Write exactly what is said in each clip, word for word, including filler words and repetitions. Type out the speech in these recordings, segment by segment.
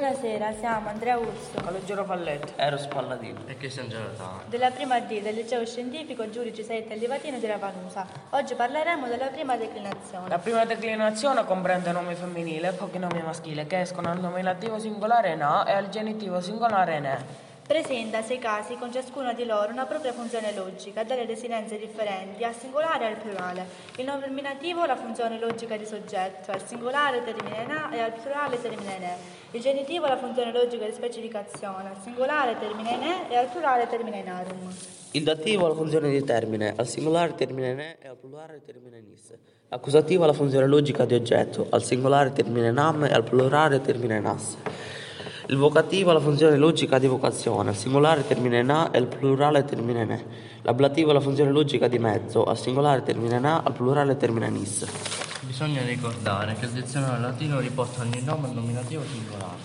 Buonasera, siamo Andrea Urso, Calogero Palletto, Eros Palladino e Cristian Gelatano della prima D del liceo scientifico Giulio Giuseppe Livatino di Ravanusa. Oggi parleremo della prima declinazione. La prima declinazione comprende nomi femminili e pochi nomi maschili che escono al nominativo singolare na e al genitivo singolare ne. Presenta sei casi con ciascuno di loro una propria funzione logica, dalle desinenze differenti al singolare e al plurale. Il nominativo la funzione logica di soggetto, al singolare termine na e al plurale termine ne. Il genitivo la funzione logica di specificazione, al singolare termine ne e al plurale termine narum. Il dativo ha la funzione di termine, al singolare termine ne e al plurale termine nis. L'accusativo ha la funzione logica di oggetto, al singolare termine nam e al plurale termine nas. Il vocativo ha la funzione logica di vocazione, al singolare termine na e al plurale termine ne. L'ablativo ha la funzione logica di mezzo, al singolare termine na, al plurale termine nis. Bisogna ricordare che il dizionario latino riporta ogni nome al nominativo singolare.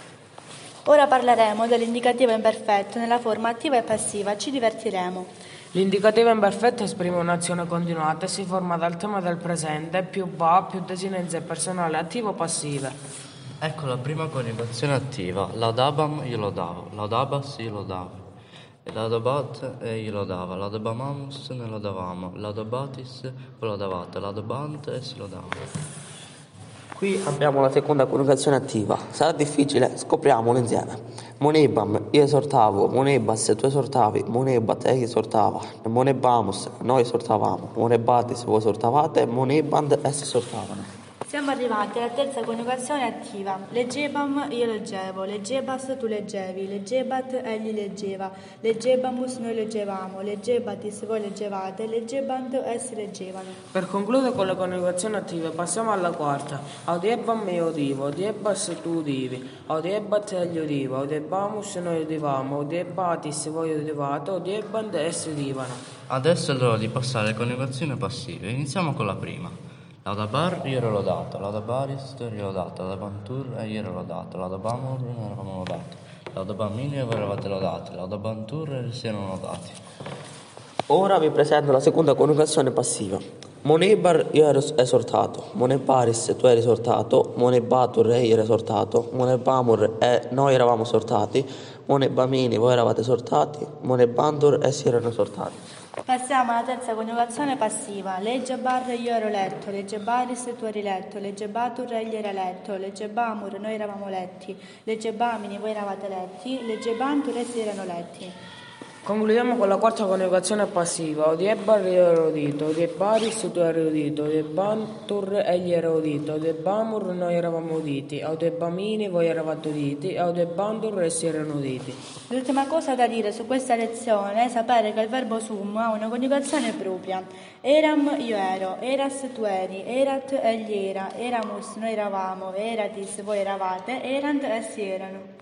Ora parleremo dell'indicativo imperfetto nella forma attiva e passiva, ci divertiremo. L'indicativo imperfetto esprime un'azione continuata e si forma dal tema del presente più va più desinenze personale attivo o passive. Ecco la prima coniugazione attiva. Laudabam io lo davo, laudabas io lo davo, laudabat e io lo dava, laudabamamus ne lo davamo, laudabatis voi lo davate, laudabant e si lo davamo. Qui abbiamo la seconda coniugazione attiva. Sarà difficile? Scopriamolo insieme. Monebam, io esortavo, monebas, tu esortavi, monebat, egli esortava, monebamus, noi esortavamo, monebatis, voi esortavate, moneband, essi esortavano. Siamo arrivati alla terza coniugazione attiva. Leggebam, io leggevo, leggebas, tu leggevi, leggebat, egli leggeva, leggebamus, noi leggevamo, leggebatis, voi leggevate, leggebant, essi leggevano. Per concludere con le coniugazioni attive passiamo alla quarta. Audiebam io udivo, audiebas tu udivi, audiebat egli udiva, audiebamus noi udivamo, audiebatis voi udivate, audiebant essi udivano. Adesso è l'ora di passare alle coniugazioni passive. Iniziamo con la prima. Laudabar io ero lodato, laudabaris tu eri lodato, laudabantur e io ero lodato, laudabamur noi eravamo lodati, laudabamini e voi eravate lodati, laudabantur e si erano lodati. Ora vi presento la seconda coniugazione passiva. Monebar io ero esortato, monebaris tu eri esortato, monebatur e io ero esortato, monebamur e noi eravamo esortati, monebamini voi eravate esortati, monebandur essi erano esortati. Passiamo alla terza coniugazione passiva. Leggebar io ero letto, leggebaris tu eri letto, leggebatur egli era letto, leggebamur noi eravamo letti, leggebamini voi eravate letti, leggebantur essi erano letti. Concludiamo con la quarta coniugazione passiva. Odiebar io ero udito, odiebaris tu eri udito, odiebantur egli era udito, odiebamur noi eravamo uditi, audiebamini voi eravate uditi, audiebantur essi erano uditi. L'ultima cosa da dire su questa lezione è sapere che il verbo sum ha una coniugazione propria. Eram io ero, eras tu eri, erat egli era, eramus noi eravamo, eratis voi eravate, erant essi erano.